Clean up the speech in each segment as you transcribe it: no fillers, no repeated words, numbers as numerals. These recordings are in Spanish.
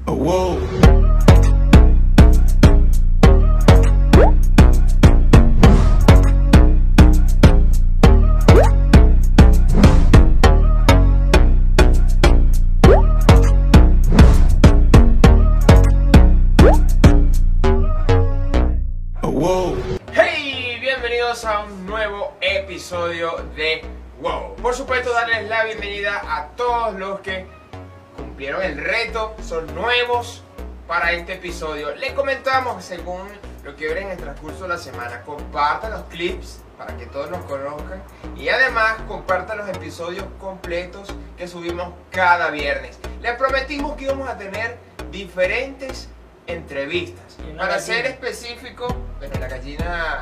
Oh, whoa. Hey, bienvenidos a un nuevo episodio de WOW. Por supuesto, darles la bienvenida a todos los que cumplieron el reto, son nuevos para este episodio. Les comentamos según lo que verán en el transcurso de la semana. Compartan los clips para que todos nos conozcan y además compartan los episodios completos que subimos cada viernes. Les prometimos que íbamos a tener diferentes entrevistas. Para ser específico, bueno, la gallina,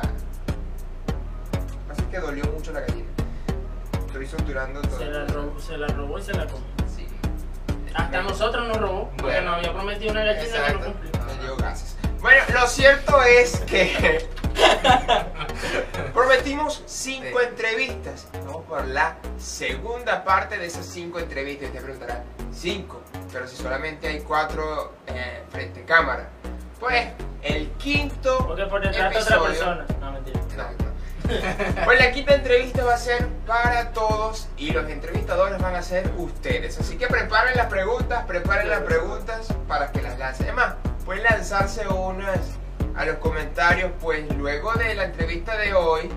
así que dolió mucho la gallina. Estoy suturando todo. Se la robó y se la comió. Sí. Hasta nosotros nos robó, porque Bueno, nos había prometido una gallina que no cumplió. Me dio gases. Bueno, lo cierto es que prometimos 5 entrevistas. Vamos por la segunda parte de esas 5 entrevistas. Y te preguntarán, 5, pero si solamente hay 4 frente a cámara. Pues el quinto Porque por detrás de otra persona. No, mentira. No. Pues la quinta entrevista va a ser para todos y los entrevistadores van a ser ustedes. Así que preparen las preguntas para que las lancen. Además, pueden lanzarse unas a los comentarios, pues luego de la entrevista de hoy,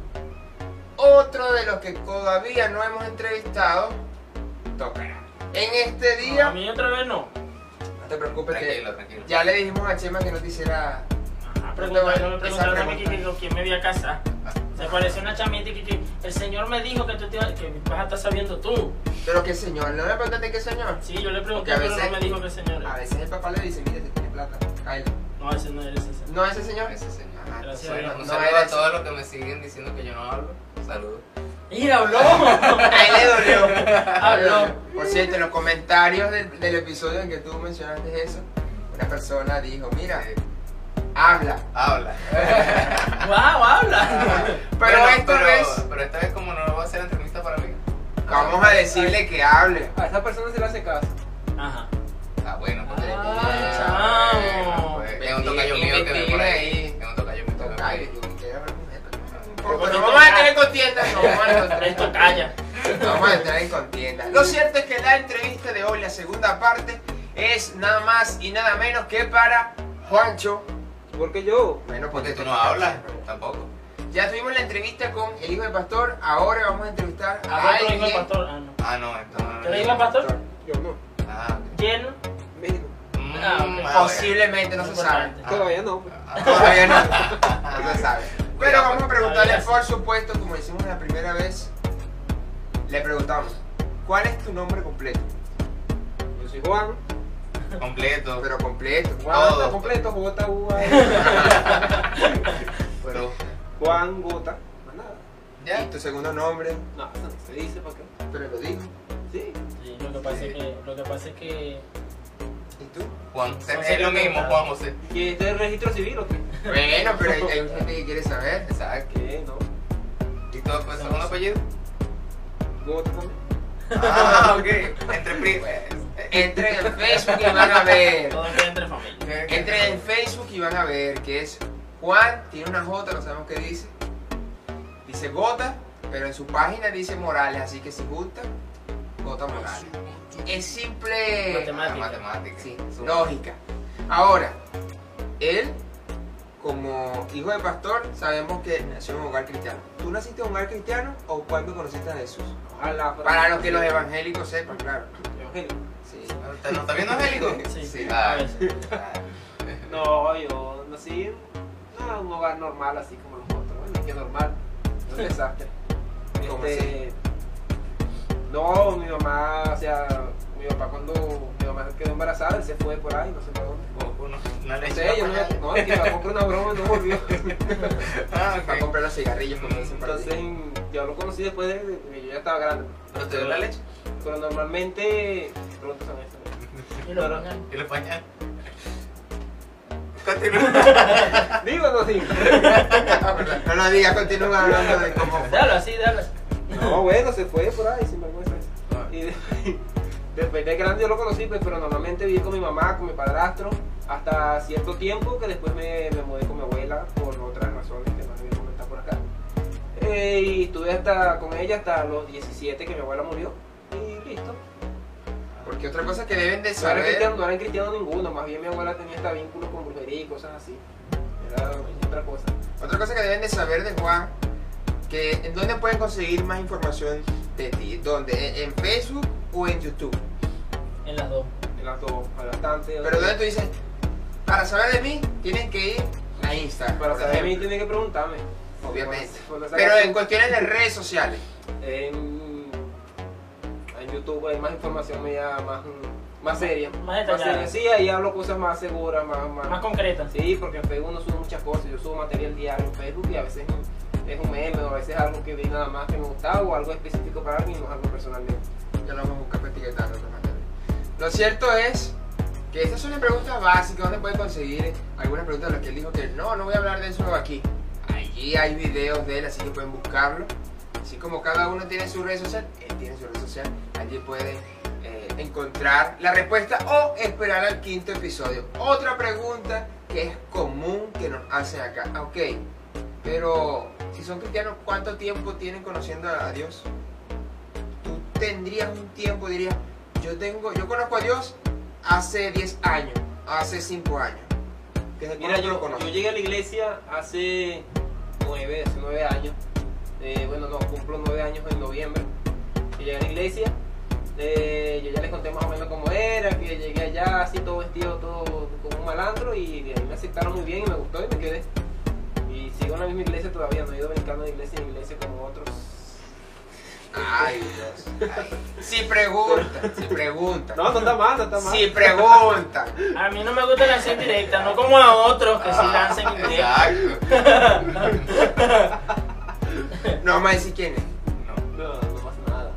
otro de los que todavía no hemos entrevistado tocará. En este día, A mí otra vez no. no te preocupes, Tranquilo. ya le dijimos a Chema que no te hiciera. Ajá, me preguntaron a mí que con quién me voy a casar. Se pareció una chamita y que el señor me dijo que vas a estar sabiendo tú. Pero qué señor, ¿no me preguntaste qué señor? Sí, yo le pregunté, Porque a pero veces- no me dijo qué señor A es. veces el papá le dice, mire, si tiene plata, cállate. No, ese no eres ese. ¿No es ese señor? Ese señor. Ajá, Gracias entonces, a Dios. Un no saludo era a ese. todos los que me siguen diciendo que yo no hablo. Saludos. ¡Y habló! A él le dolió. Habló. Por cierto, en los comentarios del episodio en que tú mencionaste eso, una persona dijo, mira, habla. Habla. ¡Wow! ¡Habla! Pero Bueno, esta vez pero esta vez como no va a ser entrevista para mí. vamos a decirle que hable. A esa persona se le hace caso. Ajá. Ah, bueno, pues. chamo. Pues, es un tocayo mío que me por ahí. Es un tocayo mío que me por Tocayo, ahí. tú quieres hablar con él, pero Pero no vamos a entrar en contienda, no vamos a entrar en Esto calla. Vamos a entrar en contienda. Lo cierto es que la entrevista de hoy, la segunda parte, es nada más y nada menos que para Juancho. ¿Por qué yo? Bueno, Porque tú no hablas tampoco. Ya tuvimos la entrevista con el hijo del pastor, ahora vamos a entrevistar a ¿Habla tu hijo alguien. el pastor? Ah, no. Ah, no, esto no. ¿Qué le dijo el pastor? Yo no. Ah, ok. ¿Quién? México. Ah, ok. Posiblemente, no se sabe. Importante. Todavía no. Pues. Todavía no se sabe. Pero vamos a preguntarle, Todavía sí. por supuesto, como hicimos la primera vez, le preguntamos, ¿cuál es tu nombre completo? Yo soy Juan. Completo. Pero completo. Juan Todo. está completo. J-U-A. Pero, Juan Gota. Más nada. Ya. ¿y tu segundo nombre? No, eso no se dice para qué. Pero lo digo. Sí. Sí, lo que pasa es que ¿Y tú? Juan. José Es lo mismo, preguntaba. Juan José. ¿Y este es el registro civil o qué? Bueno, pero hay gente que quiere saber. Exacto. ¿Qué? No. ¿Y todo pues segundo apellido? Gota también. Ah, ok. Entre primos. Entren en Facebook y van a ver. todo queda entre familia. Entren en Facebook y van a ver que es Juan, tiene una J, no sabemos qué dice. Dice Gota, pero en su página dice Morales, así que si gusta, Gota Morales. Es simple Matemática. Matemática. sí, Suma. lógica. Ahora, él, como hijo de pastor, sabemos que nació en un hogar cristiano. ¿Tú naciste en un hogar cristiano o cuándo conociste a Jesús? Ojalá. Para los que los evangélicos sepan, claro. Evangelio. Sí. ¿No está viendo Angélico? Sí, Sí. a veces. No, yo nací en un hogar normal, así como los otros. Bueno, que normal. Es un desastre. ¿Cómo No, mi mamá, o sea, mi papá cuando mi mamá quedó embarazada, él se fue por ahí, no sé para dónde. Una No leche. sé, yo no, es que iba a comprar una broma y no volvió. Ah, Para ok. comprar los cigarrillos, como dicen por Entonces, ahí. yo lo conocí después de que yo ya estaba grande. ¿Pero te dio la leche? Pero normalmente, preguntas son estas. Y lo pongan. ¿Y los pañales? Continúa. Digo, no, sí. No lo digas, continúa hablando de cómo. Dale así, dale. No, bueno, se fue por ahí, sin vergüenza. Y Después de grande yo lo conocí, pues, pero normalmente viví con mi mamá, con mi padrastro, hasta cierto tiempo que después me mudé con mi abuela por otras razones que no voy a comentar por acá. Y estuve con ella hasta los 17 que mi abuela murió y listo. Porque otra cosa que deben de No era saber... cristiano, no era cristiano ninguno, más bien mi abuela tenía hasta vínculos con brujería y cosas así. Era otra cosa. Otra cosa que deben de saber de Juan, que ¿en dónde pueden conseguir más información de ti? ¿Dónde? ¿En Facebook o en YouTube? En las dos. En las dos, bastante. Pero donde tú dices, para saber de mí, tienen que ir a Instagram. Para por saber de mí ejemplo. tienen que preguntarme. Obviamente. Cuando saca Pero en su- cuestiones de redes sociales. En YouTube hay más información más seria. Más detallada. seria. Sí, ahí hablo cosas más seguras, Más concreta. Sí, porque en Facebook uno sube muchas cosas. Yo subo material diario en Facebook y a veces es un meme o a veces algo que vi nada más que me gustaba o algo específico para alguien y no es algo personalmente. Ya lo vamos a buscar para etiquetarlo. Lo cierto es que estas son las preguntas básicas, donde pueden conseguir algunas preguntas de las que él dijo que no voy a hablar de eso aquí. Allí hay videos de él, así que pueden buscarlo. Así como cada uno tiene su red social, él tiene su red social, allí pueden encontrar la respuesta o esperar al 5.º episodio. Otra pregunta que es común que nos hacen acá. Ok, pero si son cristianos, ¿cuánto tiempo tienen conociendo a Dios? Tú tendrías un tiempo, dirías, yo conozco a Dios hace 10 años, hace 5 años. ¿Desde Mira, cuándo tú lo yo conoces? llegué a la iglesia hace 9 años. Bueno, no, cumplo 9 años en noviembre. Que llegué a la iglesia. Yo ya les conté más o menos cómo era, que llegué allá así todo vestido, todo como un malandro y de ahí me aceptaron muy bien y me gustó y me quedé. Y sigo en la misma iglesia todavía, no he ido brincando de iglesia en iglesia como otros. Ay, Dios. Ay. Si preguntan. No está mal, no está mal. Si preguntan. A mí no me gusta lanzar indirecta, no como a otros que sí lanzan indirecta. Exacto. No vamos a decir quién es. No pasa nada.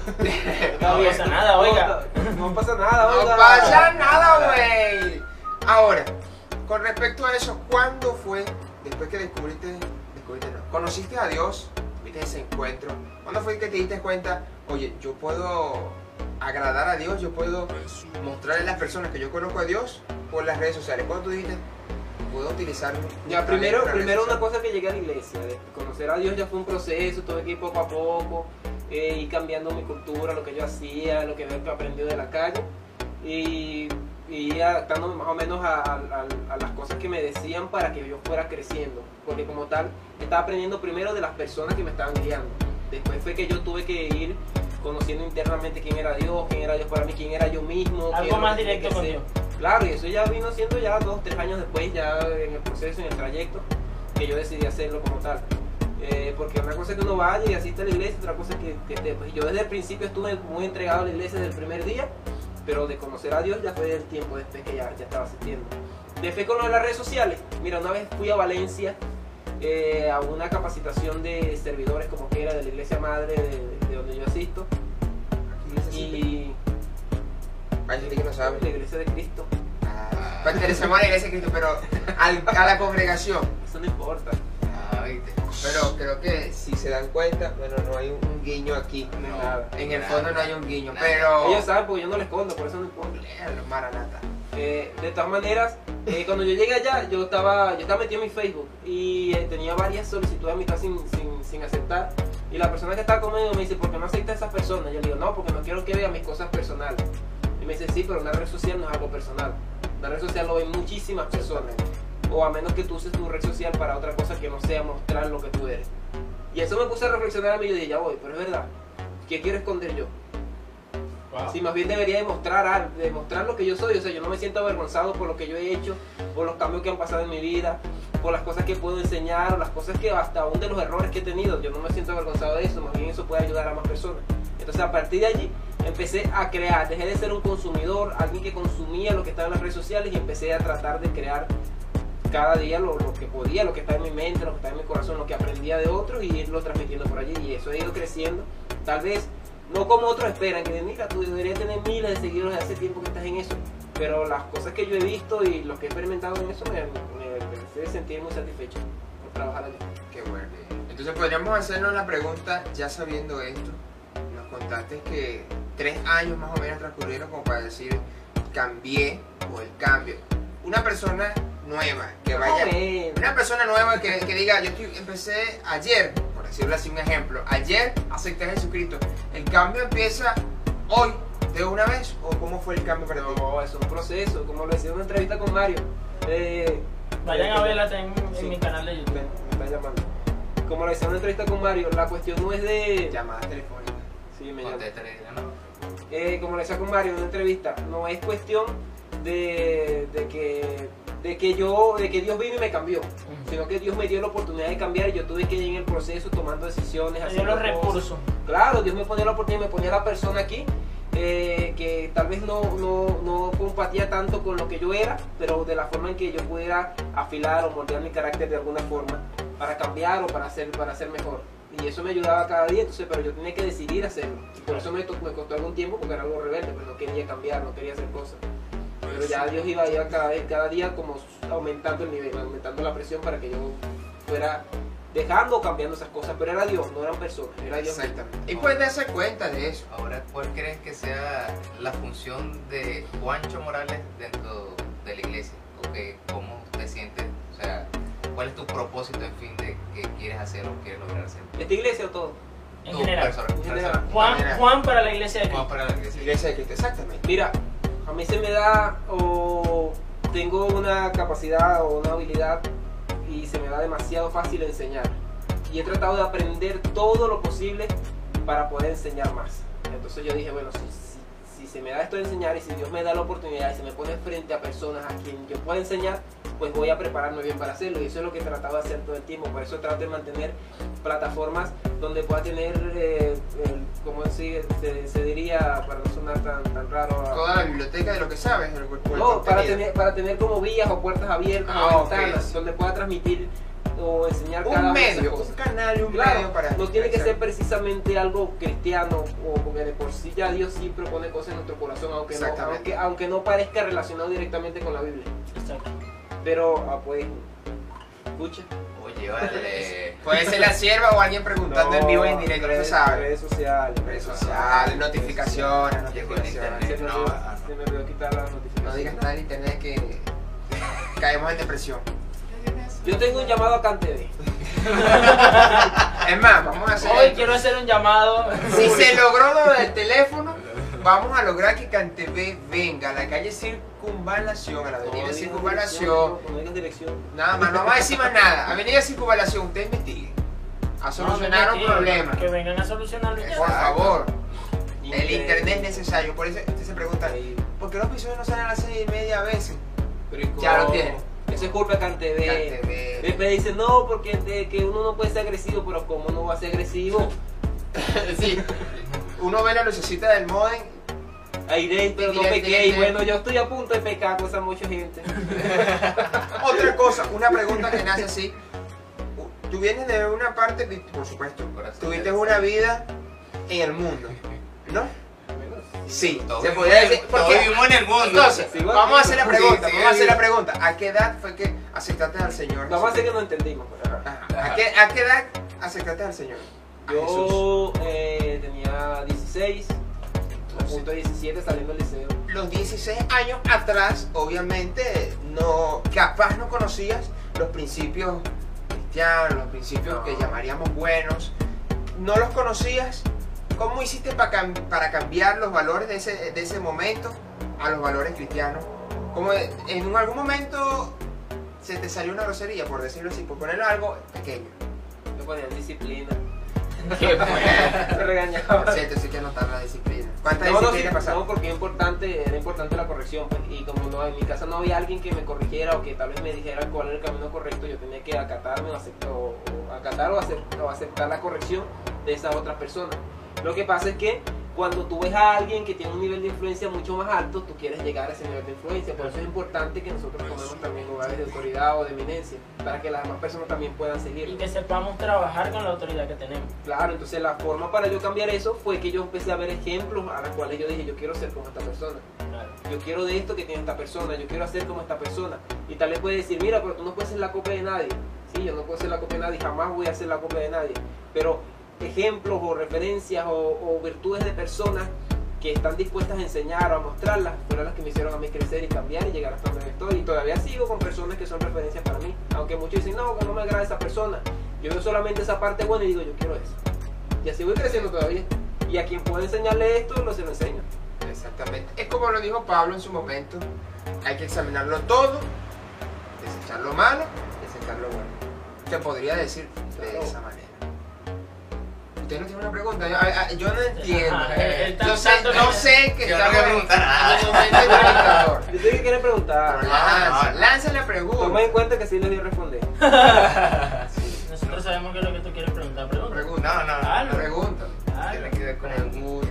No pasa nada, oiga. No pasa nada, No oiga. pasa nada, güey. Ahora, con respecto a eso, ¿cuándo fue, después que conociste a Dios, tuviste ese encuentro, ¿cuándo fue que te diste cuenta, oye, yo puedo agradar a Dios, yo puedo mostrarle a las personas que yo conozco a Dios por las redes sociales? ¿Cuándo tú dijiste, puedo utilizarlo? Ya, primero una cosa que llegué a la iglesia, de conocer a Dios ya fue un proceso, tuve que ir poco a poco, ir cambiando mi cultura, lo que yo hacía, lo que había aprendido de la calle, y adaptándome más o menos a las cosas que me decían para que yo fuera creciendo, porque como tal, estaba aprendiendo primero de las personas que me estaban guiando, después fue que yo tuve que ir conociendo internamente quién era Dios para mí, quién era yo mismo. Algo más directo con Dios. Claro, y eso ya vino siendo ya 2, 3 años después, ya en el proceso, en el trayecto, que yo decidí hacerlo como tal. Porque una cosa es que uno vaya y asiste a la iglesia, otra cosa es que pues yo desde el principio estuve muy entregado a la iglesia desde el primer día, pero de conocer a Dios ya fue el tiempo después que ya estaba asistiendo. Después con lo de las redes sociales, mira, una vez fui a Valencia a una capacitación de servidores como que era de la iglesia madre de donde yo asisto. Y Hay gente que no sabe. la iglesia de Cristo. Pertenecemos a la iglesia de Cristo, pero a la congregación. Eso no importa. Pero creo que si se dan cuenta, bueno, no hay un guiño aquí. No hay nada. En el fondo no hay un guiño, pero... Ellos saben porque yo no les escondo, por eso no importa. Los Maranata. De todas maneras, cuando yo llegué allá, yo estaba metido en mi Facebook y tenía varias solicitudes a mitad sin aceptar. Y la persona que estaba conmigo me dice, ¿por qué no aceptas a esas personas? Yo le digo, no, porque no quiero que vean mis cosas personales. Y me dice, sí, pero una red social no es algo personal. Una red social lo ven muchísimas personas. O a menos que tú uses tu red social para otra cosa que no sea mostrar lo que tú eres. Y eso me puse a reflexionar a mí y yo dije, ya voy, pero es verdad. ¿Qué quiero esconder yo? Wow. Si más bien debería demostrar lo que yo soy. O sea, yo no me siento avergonzado por lo que yo he hecho, por los cambios que han pasado en mi vida, por las cosas que puedo enseñar, o las cosas que hasta aún de los errores que he tenido. Yo no me siento avergonzado de eso, más bien eso puede ayudar a más personas. Entonces a partir de allí empecé a crear, dejé de ser un consumidor, alguien que consumía lo que estaba en las redes sociales y empecé a tratar de crear cada día lo que podía, lo que estaba en mi mente, lo que estaba en mi corazón, lo que aprendía de otros y irlo transmitiendo por allí. Y eso ha ido creciendo, tal vez no como otros esperan, que mira, tú deberías tener miles de seguidores hace tiempo que estás en eso, pero las cosas que yo he visto y lo que he experimentado en eso me hace sentir muy satisfecho por trabajar allí. Qué bueno. Entonces podríamos hacernos la pregunta, ya sabiendo esto, nos contaste que 3 años más o menos transcurrieron como para decir cambié o el cambio? Una persona nueva que vaya, una persona nueva que diga, empecé ayer, por decirlo así un ejemplo, ayer acepté a Jesucristo, ¿el cambio empieza hoy de una vez o cómo fue el cambio para ti? No, es un proceso, como lo decía en una entrevista con Mario. Vayan a verla en mi canal de YouTube. Me está llamando. Como lo decía en una entrevista con Mario, la cuestión no es de Llamadas telefónicas. Sí, me llama. Contéstale, ¿no? Como le decía con Mario en una entrevista, no es cuestión de que Dios vino y me cambió, sino que Dios me dio la oportunidad de cambiar y yo tuve que ir en el proceso tomando decisiones, Me dio los recursos. Claro, Dios me ponía la oportunidad, me ponía la persona aquí que tal vez no compatía tanto con lo que yo era, pero de la forma en que yo pudiera afilar o moldear mi carácter de alguna forma para cambiar o para ser mejor. Y eso me ayudaba cada día, entonces, pero yo tenía que decidir hacerlo. Y por eso me costó algún tiempo porque era algo rebelde, pues no quería cambiar, no quería hacer cosas. Pero ya Dios iba cada día como aumentando el nivel, aumentando la presión para que yo fuera dejando o cambiando esas cosas. Pero era Dios, no eran personas, era Dios. Exactamente. Y puedes darse cuenta de eso. Ahora, ¿cuál crees que sea la función de Juancho Morales dentro de la iglesia? ¿Cómo te sientes? O sea, ¿cuál es tu propósito, en fin, de qué quieres hacer o quieres lograr hacer? ¿Esta iglesia o todo? En Tu general. persona. Juan para la iglesia de Juan Cristo. para la iglesia. Iglesia de Cristo, exactamente. Mira, a mí se me da o tengo una capacidad o una habilidad y se me da demasiado fácil enseñar. Y he tratado de aprender todo lo posible para poder enseñar más. Entonces yo dije, bueno, si se me da esto de enseñar y si Dios me da la oportunidad y se me pone frente a personas a quien yo pueda enseñar, pues voy a prepararme bien para hacerlo. Y eso es lo que he tratado de hacer todo el tiempo. Por eso trato de mantener plataformas donde pueda tener, como se diría, para no sonar tan raro. Toda la biblioteca de lo que sabes. No, para tener como vías o puertas abiertas o ventanas donde pueda transmitir o enseñar cada un una de esas medio, cosas. un canal y un Claro, medio para... no tiene que ser Exacto. precisamente algo cristiano o porque de por sí ya Dios sí propone cosas en nuestro corazón, Exactamente. aunque no parezca relacionado directamente con la Biblia. Exacto. Pero, pues, escucha. Oye, vale. Puede ser la sierva o alguien preguntando en vivo y en directo, no se sabe. Redes sociales. Redes sociales, notificaciones, Llegó el notificaciones. internet. Se me olvidó quitar las notificaciones. No digas nada en internet que caemos en depresión. Yo tengo un llamado a CanTV. Es más, vamos a hacer... Hoy quiero hacer un llamado. Si se logró lo del teléfono, vamos a lograr que CanTV venga a la calle Circunvalación, a la avenida Circunvalación. No digas dirección. Nada más, no vamos a decir más nada. Avenida Circunvalación, usted investigue. A solucionar un problema. Que vengan a solucionarlo ya. Por favor. El Increíble. internet es necesario. Por eso usted se pregunta, ¿por qué los episodios no salen a las 6:30 a veces? Pero Ya lo tiene. Eso es culpa de CanTV. CanTV. Después dicen, no, porque que uno no puede ser agresivo, pero ¿cómo no va a ser agresivo? Sí. Uno ve la lucecita del modem. Aire, pero no pequé. Y bueno, yo estoy a punto de pecar, cosa mucha gente. Otra cosa, una pregunta que nace así. Tú vienes de una parte, por supuesto, tuviste una vida en el mundo, ¿no? Sí, se podría decir. Todos Porque, vivimos en el mundo. entonces, Sí, vamos a hacer la pregunta, sí, vamos a hacer la pregunta. ¿A qué edad fue que aceptaste al Señor? Vamos a hacer que no entendimos. Pero, ajá. Ajá. ¿A qué edad aceptaste al Señor? A Jesús. Yo tenía 16, a punto de 17 saliendo del liceo. Los 16 años atrás, obviamente, capaz no conocías los principios cristianos, los principios que llamaríamos buenos. No los conocías. ¿Cómo hiciste para cambiar los valores de ese momento a los valores cristianos? Como en algún momento se te salió una grosería, por decirlo así, por ponerlo algo pequeño. Me ponían disciplina. ¿Qué fue? Me regañaban. Cierto, sí que notar la disciplina. ¿Cuántas No, disciplinas sí, pasaron? no, porque era importante la corrección, pues, y como no, en mi casa no había alguien que me corrigiera o que tal vez me dijera cuál era el camino correcto, yo tenía que acatarme o aceptar la corrección de esas otras personas. Lo que pasa es que cuando tú ves a alguien que tiene un nivel de influencia mucho más alto, tú quieres llegar a ese nivel de influencia. Por eso es importante que nosotros tomemos también lugares de autoridad o de eminencia, para que las demás personas también puedan Y seguir. que sepamos trabajar con la autoridad que tenemos. Claro, entonces la forma para yo cambiar eso fue que yo empecé a ver ejemplos a los cuales yo dije, yo quiero ser como esta persona. Claro. Yo quiero de esto que tiene esta persona, yo quiero hacer como esta persona. Y tal vez puede decir, mira, pero tú no puedes ser la copia de nadie. Sí, yo no puedo ser la copia de nadie, jamás voy a ser la copia de nadie. Pero ejemplos o referencias o virtudes de personas que están dispuestas a enseñar o a mostrarlas, fueron las que me hicieron a mí crecer y cambiar y llegar hasta donde estoy. Y todavía sigo con personas que son referencias para mí, aunque muchos dicen, no, que no me agrada esa persona. Yo veo solamente esa parte buena y digo, yo quiero eso. Y así voy creciendo todavía. Y a quien pueda enseñarle esto, se lo enseño. Exactamente. Es como lo dijo Pablo en su momento. Hay que examinarlo todo, desechar lo malo, desechar lo bueno. Se podría decir de Claro. esa manera. Usted no tiene una pregunta. Yo no entiendo. Ajá, él Yo sé, no sé qué Yo no está voy a preguntar nada. en el momento entrevistador. Yo sé que quieren preguntar. Pero No. lanza la pregunta. Toma en cuenta que sí les voy a responder. Nosotros sabemos que es lo que tú quieres preguntar. Pregunta. Pregunta. No. Hazlo. Pregunta. Tiene que ver con el gusto.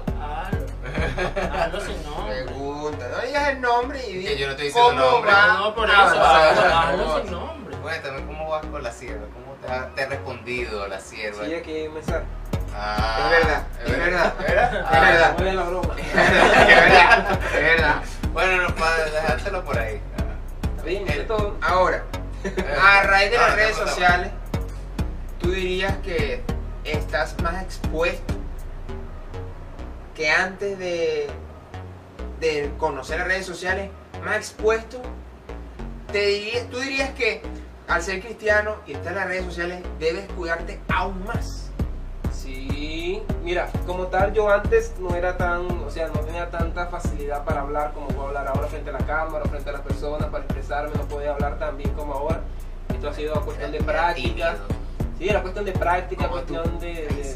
Hazlo sin nombre. Pregunta. No digas el nombre y Que yo no estoy diciendo cómo nombre. va No, por a eso. avanzar. Hazlo sin nombre. Cuéntame, ¿cómo vas con la sierva? ¿Cómo te ha respondido la sierva? Sí, aquí hay un mensaje. Ah, Es verdad, es verdad, es Ah, verdad. Muy bien la broma. Es verdad, es verdad. Bueno, no, para dejártelo por ahí. Está bien, de todo. Ahora, a raíz de las No, redes no. sociales, ¿tú dirías que estás más expuesto que antes de conocer las redes sociales? ¿Más expuesto? ¿Tú dirías que al ser cristiano y estar en las redes sociales debes cuidarte aún más? Sí, mira, como tal yo antes no era tan, o sea, no tenía tanta facilidad para hablar como puedo hablar ahora frente a la cámara, frente a las personas, para expresarme, no podía hablar tan bien como ahora. Esto ha sido cuestión de práctica. Sí, era cuestión de práctica, Como tú. cuestión de...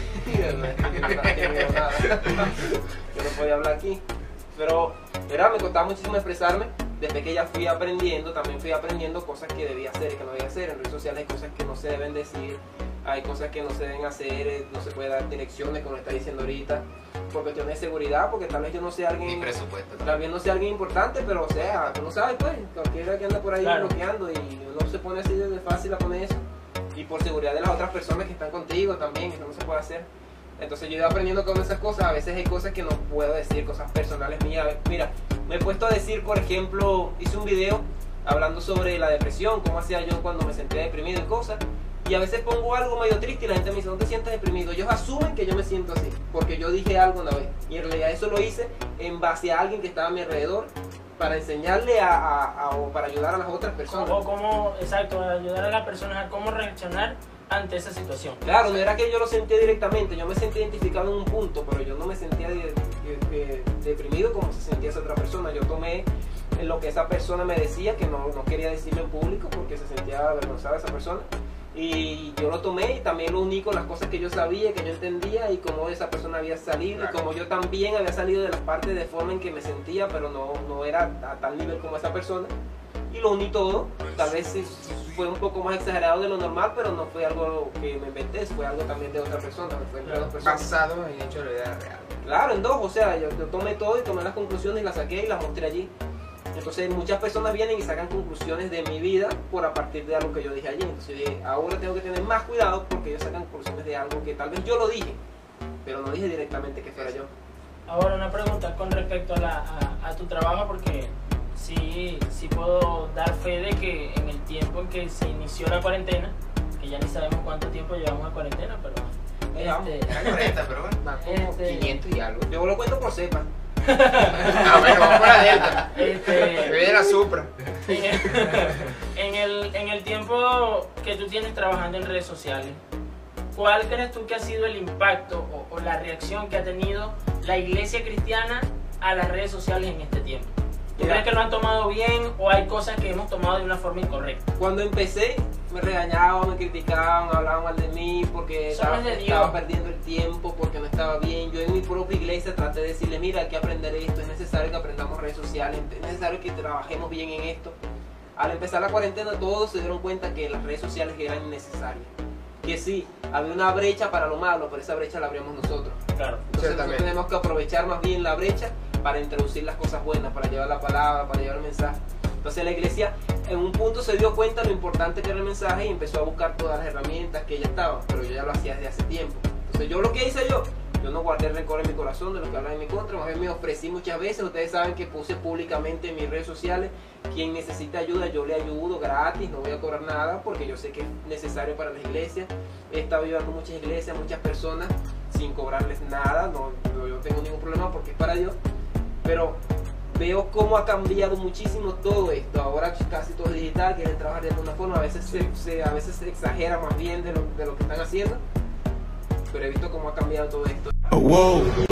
Yo no podía hablar aquí. Pero, me costaba muchísimo expresarme. Desde que ya fui aprendiendo, también fui aprendiendo cosas que debía hacer y que no debía hacer. En redes sociales hay cosas que no se deben decir, hay cosas que no se deben hacer, no se puede dar direcciones, como está diciendo ahorita, por cuestiones de seguridad, porque tal vez yo no sea Ni alguien... presupuesto. Tal vez no sea alguien importante, pero o sea, tú no sabes, pues, cualquiera que anda por ahí Claro. bloqueando y uno se pone así de fácil a poner eso. Y por seguridad de las otras personas que están contigo también, eso no se puede hacer. Entonces yo he ido aprendiendo con esas cosas, a veces hay cosas que no puedo decir, cosas personales mías. Mira, me he puesto a decir, por ejemplo, hice un video hablando sobre la depresión, cómo hacía yo cuando me sentía deprimido y cosas. Y a veces pongo algo medio triste y la gente me dice, ¿no te sientes deprimido? Ellos asumen que yo me siento así, porque yo dije algo una vez. Y en realidad eso lo hice en base a alguien que estaba a mi alrededor, para enseñarle o para ayudar a las otras personas. O cómo, exacto, ayudar a las personas a cómo reaccionar ante esa situación. Claro, no era que yo lo sentía directamente, yo me sentía identificado en un punto, pero yo no me sentía deprimido como se sentía esa otra persona. Yo tomé lo que esa persona me decía, que no quería decirlo en público porque se sentía avergonzada esa persona. Y yo lo tomé y también lo uní con las cosas que yo sabía, que yo entendía y cómo esa persona había salido y como yo también había salido de las partes de forma en que me sentía, pero no era a tal nivel como esa persona. Y lo uní todo, tal vez sí fue un poco más exagerado de lo normal, pero no fue algo que me inventé, fue algo también de otra persona, fue entre dos personas. Basado en hechos de la vida real. Claro, en dos, o sea, yo tomé todo y tomé las conclusiones y las saqué y las mostré allí. Entonces muchas personas vienen y sacan conclusiones de mi vida a partir de algo que yo dije allí. Entonces yo dije, ahora tengo que tener más cuidado porque ellos sacan conclusiones de algo que tal vez yo lo dije, pero no dije directamente que fuera yo. Ahora una pregunta con respecto a tu trabajo, porque sí puedo dar fe de que en el tiempo en que se inició la cuarentena, que ya ni sabemos cuánto tiempo llevamos en cuarentena, pero Vamos. Era 40, pero bueno. Más como Este- 500 y algo. Yo lo cuento por cepa. Ah, bueno, vamos por la Delta. Me este, viene la Supra. en el tiempo que tú tienes trabajando en redes sociales, ¿cuál crees tú que ha sido el impacto o la reacción que ha tenido la iglesia cristiana a las redes sociales en este tiempo? ¿Tú Mira. crees que lo han tomado bien o hay cosas que hemos tomado de una forma incorrecta? Cuando empecé, me regañaban, me criticaban, hablaban mal de mí porque Eso no es de estaba Dios. perdiendo el tiempo, porque no estaba bien. Yo en mi propia iglesia traté de decirle, mira, hay que aprender esto, es necesario que aprendamos redes sociales, es necesario que trabajemos bien en esto. Al empezar la cuarentena todos se dieron cuenta que las redes sociales eran necesarias. Que sí, había una brecha para lo malo, pero esa brecha la abrimos nosotros. Claro. Entonces nosotros Ciertamente. tenemos que aprovechar más bien la brecha para introducir las cosas buenas, para llevar la palabra, para llevar el mensaje. Entonces la iglesia en un punto se dio cuenta de lo importante que era el mensaje y empezó a buscar todas las herramientas que ya estaban, pero yo ya lo hacía desde hace tiempo. Entonces yo lo que hice yo no guardé rencor en mi corazón de los que hablan en mi contra, más bien me ofrecí muchas veces. Ustedes saben que puse públicamente en mis redes sociales, quien necesita ayuda yo le ayudo gratis, no voy a cobrar nada porque yo sé que es necesario para las iglesias. He estado ayudando muchas iglesias, muchas personas sin cobrarles nada, yo no tengo ningún problema porque es para Dios, pero veo cómo ha cambiado muchísimo todo esto. Ahora casi todo es digital, quieren trabajar de alguna forma, a veces se exagera más bien de lo que están haciendo, pero he visto cómo ha cambiado todo esto.